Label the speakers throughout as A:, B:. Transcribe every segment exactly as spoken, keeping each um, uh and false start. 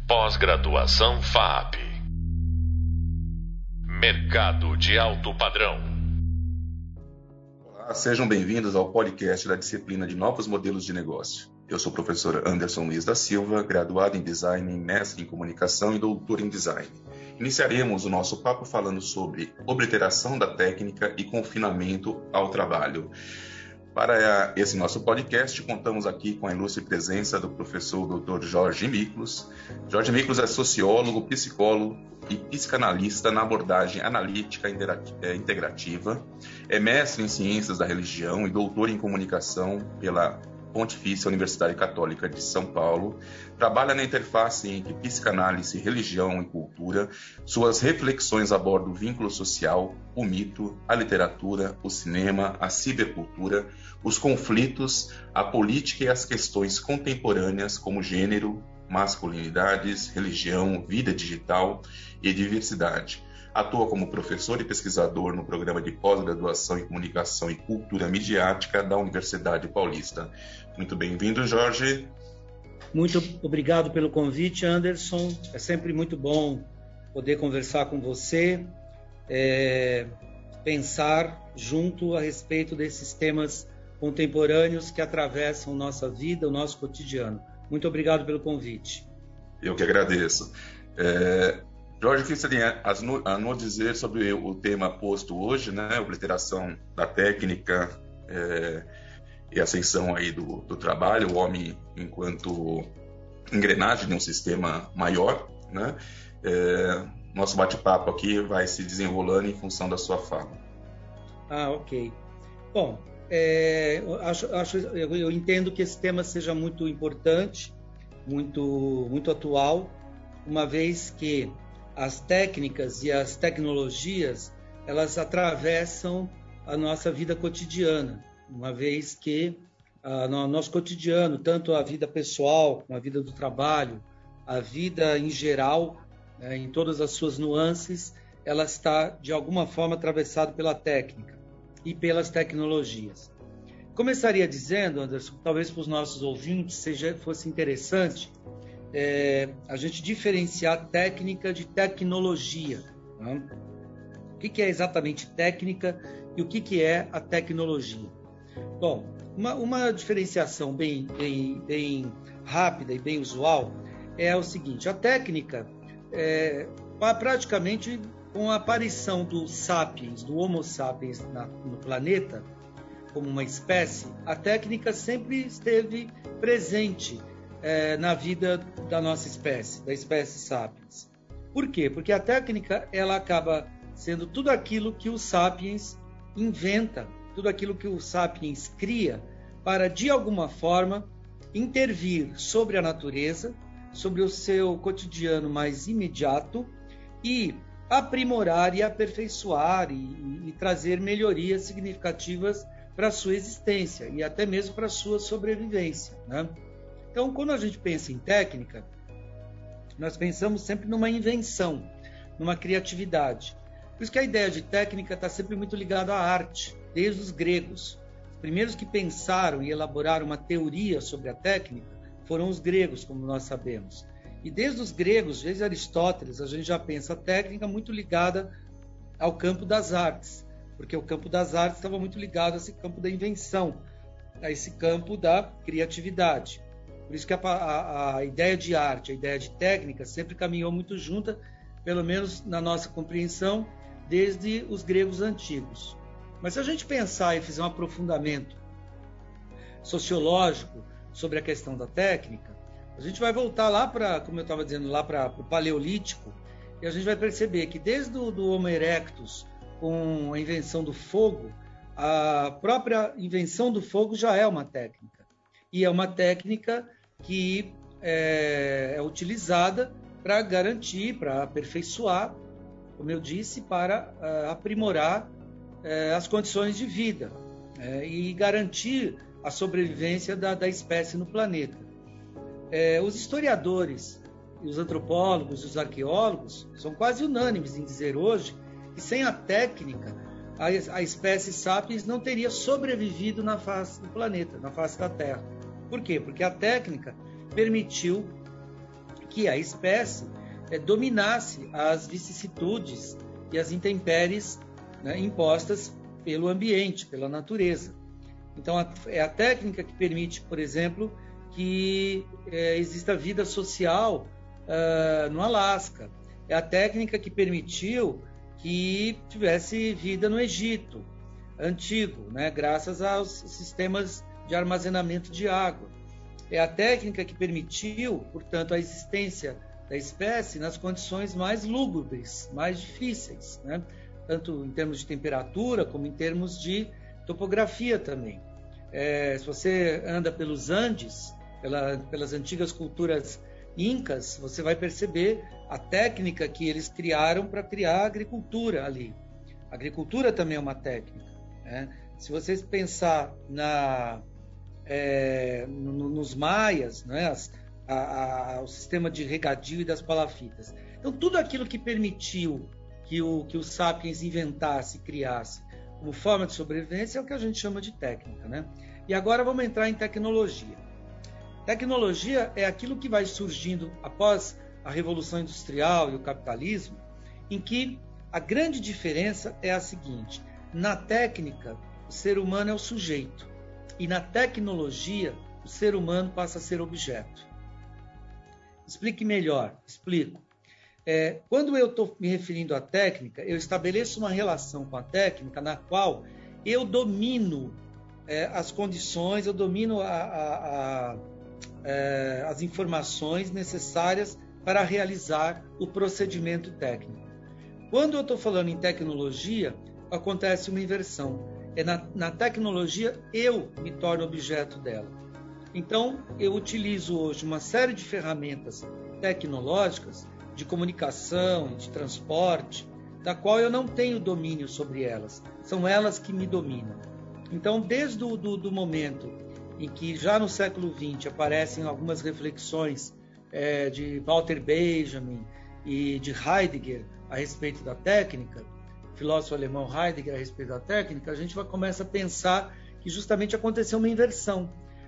A: Pós-graduação F A P. Mercado de alto padrão.
B: Olá, sejam bem-vindos ao podcast da disciplina de Novos Modelos de Negócio. Eu sou o professor Anderson Luiz da Silva, graduado em Design, mestre em Comunicação e doutor em Design. Iniciaremos o nosso papo falando sobre obliteração da técnica e confinamento ao trabalho. Para esse nosso podcast, contamos aqui com a ilustre presença do professor doutor Jorge Miklos. Jorge Miklos é sociólogo, psicólogo e psicanalista na abordagem analítica integrativa, é mestre em Ciências da Religião e doutor em Comunicação pela Pontifícia Universidade Católica de São Paulo, trabalha na interface entre psicanálise, religião e cultura. Suas reflexões abordam o vínculo social, o mito, a literatura, o cinema, a cibercultura, os conflitos, a política e as questões contemporâneas como gênero, masculinidades, religião, vida digital e diversidade. Atua como professor e pesquisador no programa de pós-graduação em Comunicação e Cultura Midiática da Universidade Paulista. Muito bem-vindo, Jorge.
C: Muito obrigado pelo convite, Anderson. É sempre muito bom poder conversar com você, é, pensar junto a respeito desses temas contemporâneos que atravessam nossa vida, o nosso cotidiano. Muito obrigado pelo convite.
B: Eu que agradeço. É... Jorge, o que você tem a nos dizer sobre o tema posto hoje, né? Obliteração da técnica é, e ascensão aí do, do trabalho, o homem enquanto engrenagem de um sistema maior, né? É, nosso bate-papo aqui vai se desenrolando em função da sua fala.
C: Ah, ok. Bom, é, eu, acho, acho, eu, eu entendo que esse tema seja muito importante, muito, muito atual, uma vez que as técnicas e as tecnologias, elas atravessam a nossa vida cotidiana, uma vez que ah, no nosso cotidiano, tanto a vida pessoal, como a vida do trabalho, a vida em geral, né, em todas as suas nuances, ela está, de alguma forma, atravessada pela técnica e pelas tecnologias. Começaria dizendo, Anderson, talvez para os nossos ouvintes seja, fosse interessante É, a gente diferenciar técnica de tecnologia. Né? O que, que é exatamente técnica e o que, que é a tecnologia? Bom, uma, uma diferenciação bem, bem, bem rápida e bem usual é o seguinte: a técnica, é, praticamente com a aparição do sapiens, do Homo sapiens na, no planeta, como uma espécie, a técnica sempre esteve presente É, na vida da nossa espécie, da espécie sapiens. Por quê? Porque a técnica ela acaba sendo tudo aquilo que o sapiens inventa, tudo aquilo que o sapiens cria para, de alguma forma, intervir sobre a natureza, sobre o seu cotidiano mais imediato e aprimorar e aperfeiçoar e, e trazer melhorias significativas para a sua existência e até mesmo para a sua sobrevivência, né? Então, quando a gente pensa em técnica, nós pensamos sempre numa invenção, numa criatividade. Por isso que a ideia de técnica está sempre muito ligada à arte, desde os gregos. Os primeiros que pensaram e elaboraram uma teoria sobre a técnica foram os gregos, como nós sabemos. E desde os gregos, desde Aristóteles, a gente já pensa a técnica muito ligada ao campo das artes, porque o campo das artes estava muito ligado a esse campo da invenção, a esse campo da criatividade. Por isso que a, a, a ideia de arte, a ideia de técnica sempre caminhou muito junta, pelo menos na nossa compreensão, desde os gregos antigos. Mas se a gente pensar e fizer um aprofundamento sociológico sobre a questão da técnica, a gente vai voltar lá para, como eu estava dizendo, lá para o Paleolítico, e a gente vai perceber que desde o do Homo erectus, com a invenção do fogo, a própria invenção do fogo já é uma técnica. E é uma técnica que é, é utilizada para garantir, para aperfeiçoar, como eu disse, para uh, aprimorar uh, as condições de vida uh, e garantir a sobrevivência da, da espécie no planeta. Uh, os historiadores, os antropólogos e os arqueólogos são quase unânimes em dizer hoje que sem a técnica a, a espécie sapiens não teria sobrevivido na face do planeta, na face da Terra. Por quê? Porque a técnica permitiu que a espécie é, dominasse as vicissitudes e as intempéries, né, impostas pelo ambiente, pela natureza. Então, a, é a técnica que permite, por exemplo, que é, exista vida social uh, no Alasca. É a técnica que permitiu que tivesse vida no Egito antigo, né, graças aos sistemas de armazenamento de água. É a técnica que permitiu, portanto, a existência da espécie nas condições mais lúgubres, mais difíceis, né? Tanto em termos de temperatura como em termos de topografia também. É, se você anda pelos Andes, pela, pelas antigas culturas incas, você vai perceber a técnica que eles criaram para criar a agricultura ali. A agricultura também é uma técnica, né? Se vocês pensar na, é, no, nos maias, né? As, a, a, o sistema de regadio e das palafitas. Então, tudo aquilo que permitiu que o, que o Sapiens inventasse, criasse como forma de sobrevivência é o que a gente chama de técnica, né? E agora vamos entrar em tecnologia. Tecnologia é aquilo que vai surgindo após a Revolução Industrial e o capitalismo, em que a grande diferença é a seguinte: na técnica, o ser humano é o sujeito, e na tecnologia, o ser humano passa a ser objeto. Explique melhor. Explico. É, quando eu estou me referindo à técnica, eu estabeleço uma relação com a técnica na qual eu domino é, as condições, eu domino a, a, a, é, as informações necessárias para realizar o procedimento técnico. Quando eu estou falando em tecnologia, acontece uma inversão. É na, na tecnologia, eu me torno objeto dela. Então, eu utilizo hoje uma série de ferramentas tecnológicas de comunicação, de transporte, da qual eu não tenho domínio sobre elas. São elas que me dominam. Então, desde o do, do momento em que, já no século vinte, aparecem algumas reflexões é, de Walter Benjamin e de Heidegger a respeito da técnica, filósofo alemão Heidegger a respeito da técnica, a gente vai começar a pensar que justamente aconteceu uma inversão.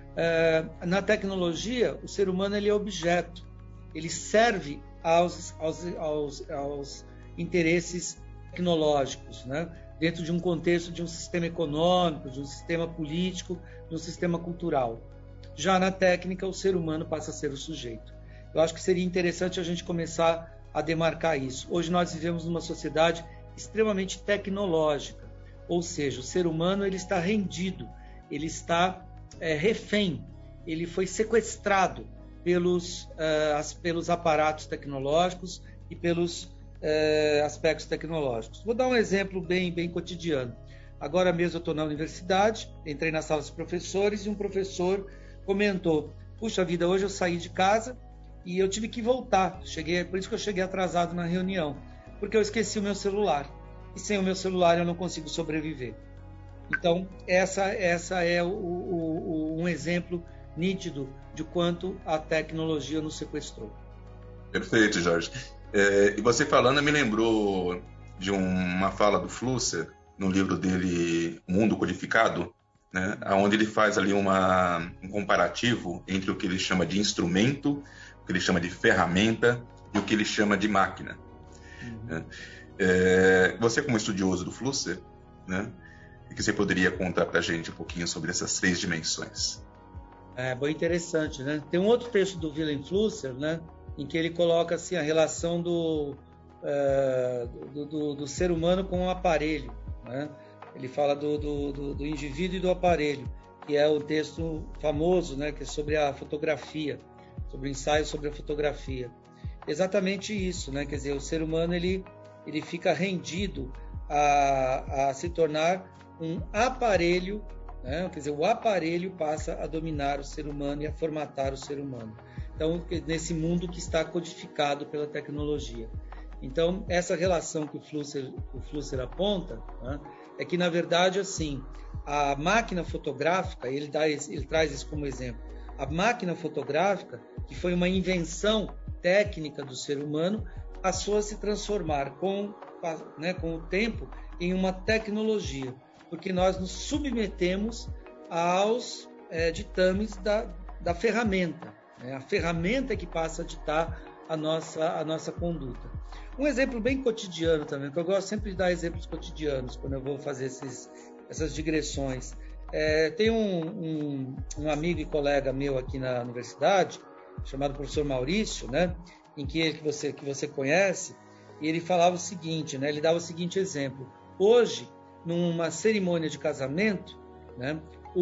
C: É, na tecnologia, o ser humano ele é objeto, ele serve aos, aos, aos, aos interesses tecnológicos, né? Dentro de um contexto de um sistema econômico, de um sistema político, de um sistema cultural. Já na técnica, o ser humano passa a ser o sujeito. Eu acho que seria interessante a gente começar a demarcar isso. Hoje nós vivemos numa sociedade extremamente tecnológica, ou seja, o ser humano ele está rendido, ele está é, refém, ele foi sequestrado pelos, uh, as, pelos aparatos tecnológicos e pelos uh, aspectos tecnológicos. Vou dar um exemplo bem, bem cotidiano. Agora mesmo eu estou na universidade, entrei na sala dos professores e um professor comentou: puxa vida, hoje eu saí de casa e eu tive que voltar, cheguei, por isso que eu cheguei atrasado na reunião, porque eu esqueci o meu celular, e sem o meu celular eu não consigo sobreviver. Então, essa, essa é o, o, o, um exemplo nítido de quanto a tecnologia nos sequestrou.
B: Perfeito, Jorge. É, e você falando me lembrou de um, uma fala do Flusser, no livro dele Mundo Codificado, né, onde ele faz ali uma, um comparativo entre o que ele chama de instrumento, o que ele chama de ferramenta e o que ele chama de máquina. Uhum. Né? É, você, como estudioso do Flusser, né, o que você poderia contar para a gente um pouquinho sobre essas três dimensões?
C: É bem interessante, né? Tem um outro texto do Wilhelm Flusser, né, em que ele coloca assim, a relação do, é, do, do, do ser humano com o aparelho, né? Ele fala do, do, do, do indivíduo e do aparelho, que é o texto famoso, né, que é sobre a fotografia, sobre o ensaio sobre a fotografia. Exatamente isso, né? Quer dizer, o ser humano ele, ele fica rendido a, a se tornar um aparelho, né? Quer dizer, o aparelho passa a dominar o ser humano e a formatar o ser humano. Então, nesse mundo que está codificado pela tecnologia. Então, essa relação que o Flusser, o Flusser aponta, né, é que, na verdade, assim, a máquina fotográfica, ele, dá, ele traz isso como exemplo, a máquina fotográfica, que foi uma invenção técnica do ser humano, passou a se transformar com, né, com o tempo em uma tecnologia, porque nós nos submetemos aos é, ditames da, da ferramenta. Né? A ferramenta que passa a ditar a nossa, a nossa conduta. Um exemplo bem cotidiano também, que eu gosto sempre de dar exemplos cotidianos quando eu vou fazer esses, essas digressões. É, tem um, um, um amigo e colega meu aqui na universidade, chamado professor Maurício, né, em que, ele, que, você, que você conhece, e ele falava o seguinte, né, ele dava o seguinte exemplo. Hoje, numa cerimônia de casamento, né,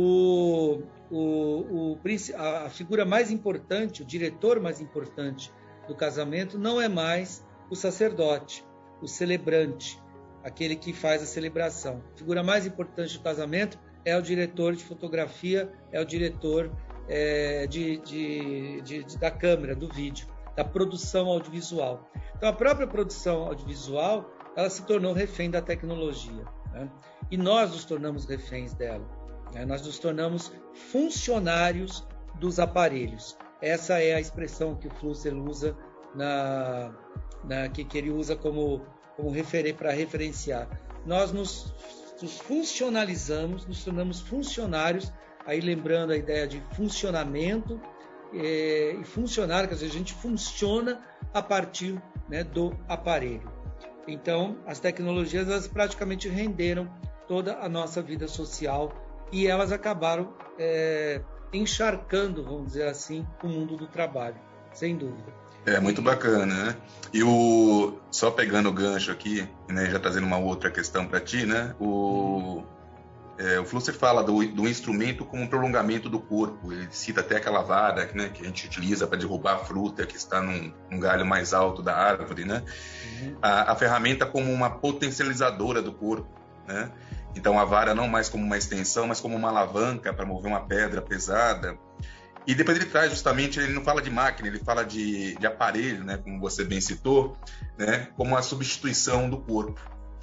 C: o, o, o, a figura mais importante, o diretor mais importante do casamento não é mais o sacerdote, o celebrante, aquele que faz a celebração. A figura mais importante do casamento é o diretor de fotografia, é o diretor é, de, de, de, de, da câmera, do vídeo, da produção audiovisual. Então, a própria produção audiovisual, ela se tornou refém da tecnologia, né? E nós nos tornamos reféns dela, né? Nós nos tornamos funcionários dos aparelhos. Essa é a expressão que o Flusser usa, na, na, que, que ele usa como, como refer, para referenciar. Nós nos, nos funcionalizamos, nos tornamos funcionários, aí lembrando a ideia de funcionamento, é, e funcionar, quer dizer, a gente funciona a partir, né, do aparelho. Então, as tecnologias, elas praticamente renderam toda a nossa vida social e elas acabaram é, encharcando, vamos dizer assim, o mundo do trabalho, sem dúvida.
B: É muito bacana, né? E o só pegando o gancho aqui, né, já trazendo uma outra questão para ti, né? O é, o Flusser fala do, do instrumento como um prolongamento do corpo. Ele cita até aquela vara, né, que a gente utiliza para derrubar a fruta que está num, num galho mais alto da árvore, né? Uhum. A, a ferramenta como uma potencializadora do corpo, né? Então a vara não mais como uma extensão, mas como uma alavanca para mover uma pedra pesada. E depois ele traz justamente, ele não fala de máquina, ele fala de, de aparelho, né, como você bem citou, né, como a substituição do corpo,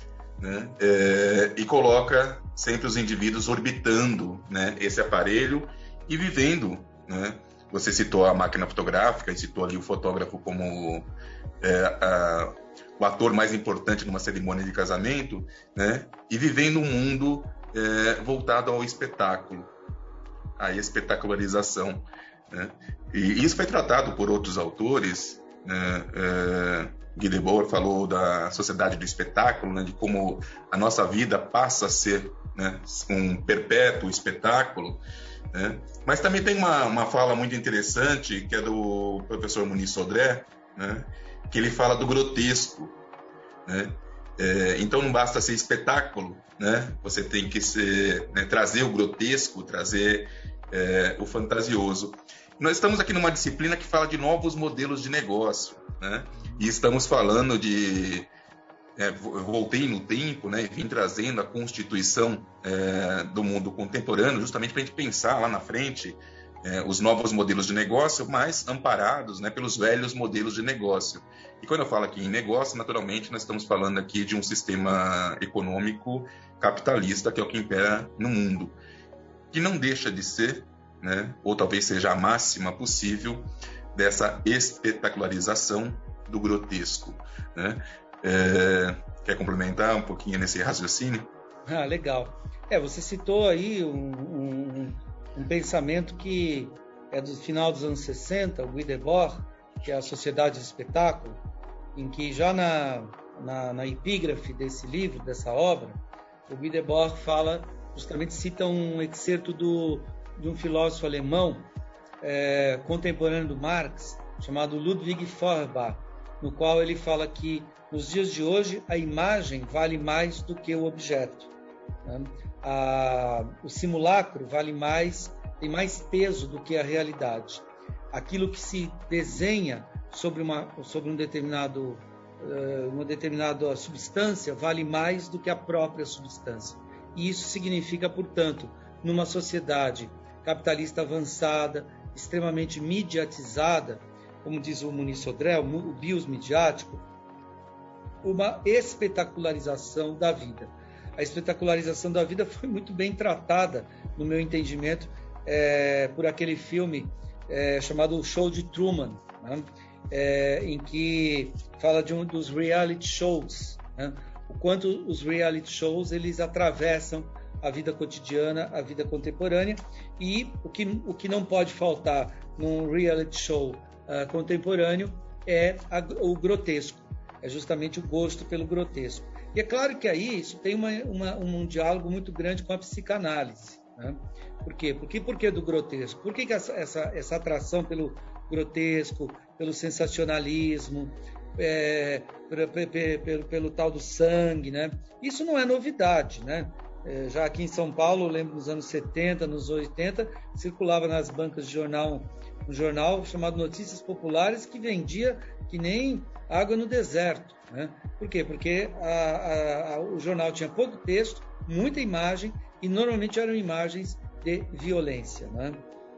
B: né, é, e coloca sempre os indivíduos orbitando, né, esse aparelho e vivendo, né. Você citou a máquina fotográfica e citou ali o fotógrafo como é, a, o ator mais importante numa cerimônia de casamento, né, e vivendo um mundo é, voltado ao espetáculo, a espetacularização, né? E isso foi tratado por outros autores, né? é, Guy Debord falou da sociedade do espetáculo, né? De como a nossa vida passa a ser, né, um perpétuo espetáculo, né? Mas também tem uma, uma fala muito interessante que é do professor Muniz Sodré, né? Que ele fala do grotesco, né? É, então não basta ser espetáculo, né? Você tem que ser, né, trazer o grotesco, trazer é, o fantasioso. Nós estamos aqui numa disciplina que fala de novos modelos de negócio, né? E estamos falando de... É, voltei no tempo, né, e vim trazendo a constituição é, do mundo contemporâneo, justamente para a gente pensar lá na frente é, os novos modelos de negócio, mas amparados, né, pelos velhos modelos de negócio. E quando eu falo aqui em negócio, naturalmente, nós estamos falando aqui de um sistema econômico capitalista, que é o que impera no mundo, que não deixa de ser, né, ou talvez seja a máxima possível, dessa espetacularização do grotesco, né? É, quer complementar um pouquinho nesse raciocínio?
C: Ah, legal. É, você citou aí um, um, um pensamento que é do final dos anos sessenta, o Guy Debord, que é a Sociedade do Espetáculo, em que já na, na, na epígrafe desse livro, dessa obra, o Guy Debord fala, justamente cita um excerto do, de um filósofo alemão é, contemporâneo do Marx, chamado Ludwig Feuerbach, no qual ele fala que nos dias de hoje a imagem vale mais do que o objeto, né? a, o simulacro vale mais, tem mais peso do que a realidade. Aquilo que se desenha sobre uma, sobre um determinado, uh, uma determinada substância vale mais do que a própria substância. E isso significa, portanto, numa sociedade capitalista avançada, extremamente mediatizada, como diz o Muniz Sodré, o bios midiático, uma espetacularização da vida. A espetacularização da vida foi muito bem tratada, no meu entendimento, é, por aquele filme é, chamado O Show de Truman, né? é, em que fala de um dos reality shows, né? O quanto os reality shows eles atravessam a vida cotidiana, a vida contemporânea, e o que, o que não pode faltar num reality show uh, contemporâneo é a, o grotesco, é justamente o gosto pelo grotesco. E é claro que aí isso tem uma, uma, um diálogo muito grande com a psicanálise, né? Por quê? Por que, por que do grotesco? Por que, que essa, essa, essa atração pelo grotesco, pelo sensacionalismo, é, pelo, pelo, pelo tal do sangue, né? Isso não é novidade, né? É, já aqui em São Paulo, eu lembro nos anos setenta, nos oitenta, circulava nas bancas de jornal um jornal chamado Notícias Populares, que vendia que nem água no deserto, né? Por quê? Porque a, a, a, o jornal tinha pouco texto, muita imagem, e normalmente eram imagens de violência, né?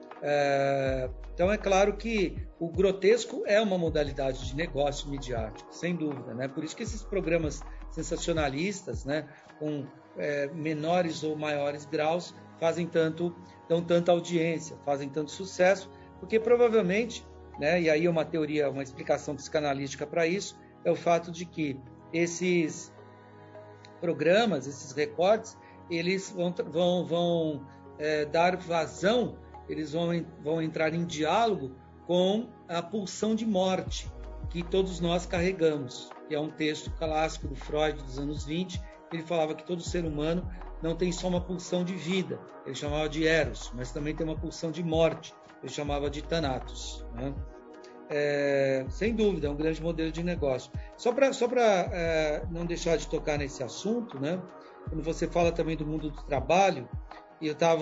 C: É, então é claro que o grotesco é uma modalidade de negócio midiático, sem dúvida, né? Por isso que esses programas sensacionalistas, né, com é, menores ou maiores graus, fazem tanto, dão tanta audiência, fazem tanto sucesso, porque provavelmente, né, e aí é uma teoria, uma explicação psicanalítica para isso, é o fato de que esses programas, esses recortes, eles vão, vão, vão é, dar vazão, eles vão, vão entrar em diálogo com a pulsão de morte que todos nós carregamos, que é um texto clássico do Freud dos anos vinte. Ele falava que todo ser humano não tem só uma pulsão de vida, ele chamava de eros, mas também tem uma pulsão de morte, ele chamava de thanatos, né? É, sem dúvida, é um grande modelo de negócio. Só para só para é, não deixar de tocar nesse assunto, né? Quando você fala também do mundo do trabalho, e eu estava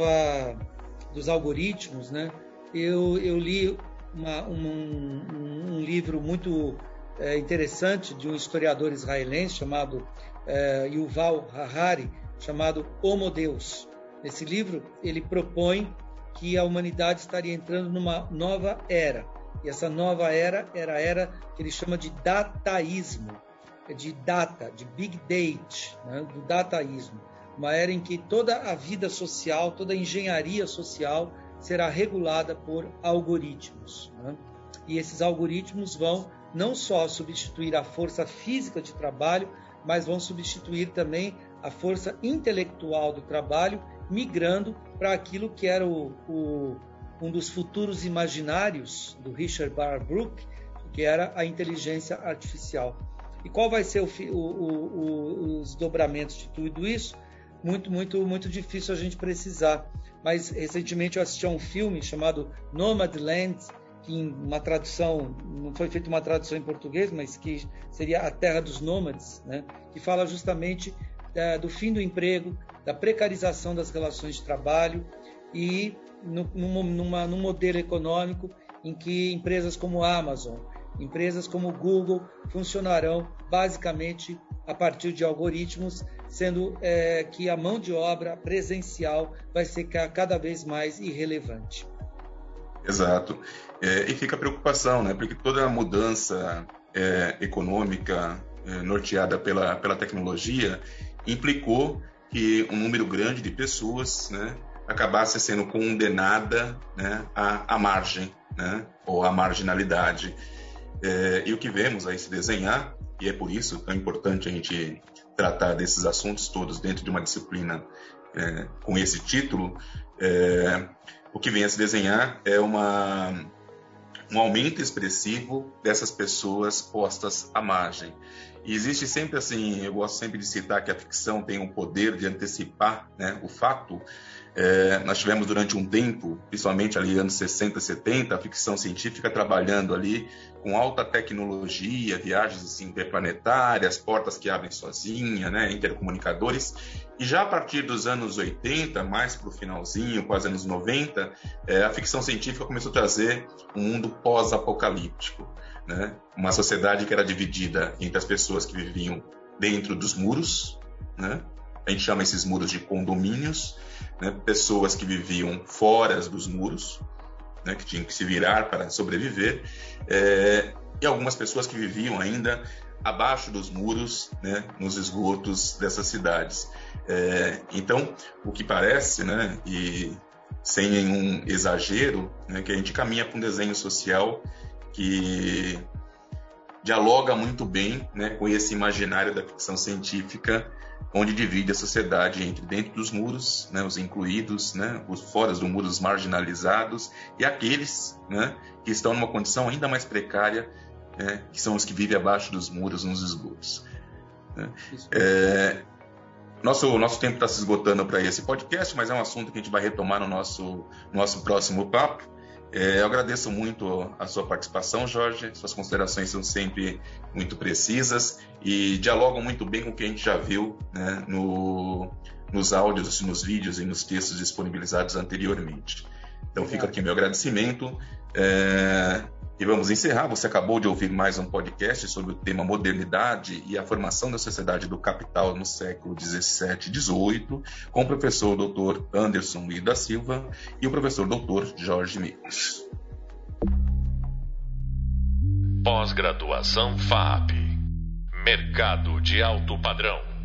C: dos algoritmos, né? Eu, eu li uma, um, um, um livro muito é, interessante de um historiador israelense chamado é, Yuval Harari, chamado Homo Deus. Nesse livro, ele propõe que a humanidade estaria entrando numa nova era. E essa nova era era a era que ele chama de dataísmo, de data, de big data, né? Do dataísmo. Uma era em que toda a vida social, toda a engenharia social será regulada por algoritmos, né? E esses algoritmos vão não só substituir a força física de trabalho, mas vão substituir também a força intelectual do trabalho, migrando para aquilo que era o, o, um dos futuros imaginários do Richard Barbrook, que era a inteligência artificial. E qual vai ser o, o, o, os dobramentos de tudo isso? Muito, muito, muito difícil a gente precisar. Mas recentemente eu assisti a um filme chamado Nomadland, que em uma tradução, não foi feita uma tradução em português, mas que seria A Terra dos Nômades, né? Que fala justamente é, do fim do emprego, da precarização das relações de trabalho e no, numa, numa, num modelo econômico em que empresas como a Amazon, empresas como o Google funcionarão basicamente a partir de algoritmos, sendo é, que a mão de obra presencial vai ser cada vez mais irrelevante.
B: Exato. É, e fica a preocupação, né? Porque toda a mudança é, econômica é, norteada pela, pela tecnologia implicou que um número grande de pessoas, né, acabasse sendo condenada, né, à, à margem, né, ou à marginalidade. É, e o que vemos aí se desenhar, e é por isso tão importante a gente tratar desses assuntos todos dentro de uma disciplina é, com esse título, é, o que vem a se desenhar é uma, um aumento expressivo dessas pessoas postas à margem. E existe sempre assim, eu gosto sempre de citar que a ficção tem o poder de antecipar, né, o fato. É, nós tivemos durante um tempo, principalmente ali anos sessenta, setenta, a ficção científica trabalhando ali com alta tecnologia, viagens assim, interplanetárias, portas que abrem sozinha, né, intercomunicadores. E já a partir dos anos oitenta, mais para o finalzinho, quase anos noventa, é, a ficção científica começou a trazer um mundo pós-apocalíptico, né? Uma sociedade que era dividida entre as pessoas que viviam dentro dos muros, né? A gente chama esses muros de condomínios, né? Pessoas que viviam fora dos muros, né? Que tinham que se virar para sobreviver, é... e algumas pessoas que viviam ainda abaixo dos muros, né? Nos esgotos dessas cidades. É... Então, o que parece, né? E sem nenhum exagero, né? Que a gente caminha para um desenho social que dialoga muito bem, né, com esse imaginário da ficção científica, onde divide a sociedade entre dentro dos muros, né, os incluídos, né, os fora dos muros, os marginalizados, e aqueles, né, que estão numa condição ainda mais precária, né, que são os que vivem abaixo dos muros, nos esgotos. Né? É, nosso, nosso tempo está se esgotando para esse podcast, mas é um assunto que a gente vai retomar no nosso, nosso próximo papo. É, eu agradeço muito a sua participação, Jorge. Suas considerações são sempre muito precisas e dialogam muito bem com o que a gente já viu, né, no, nos áudios, nos vídeos e nos textos disponibilizados anteriormente. Então fica aqui meu agradecimento. É, e vamos encerrar. Você acabou de ouvir mais um podcast sobre o tema modernidade e a formação da sociedade do capital no século dezessete e dezoito, com o professor doutor Anderson Luiz da Silva e o professor doutor Jorge Micos.
A: Pós-graduação F A A P. Mercado de alto padrão.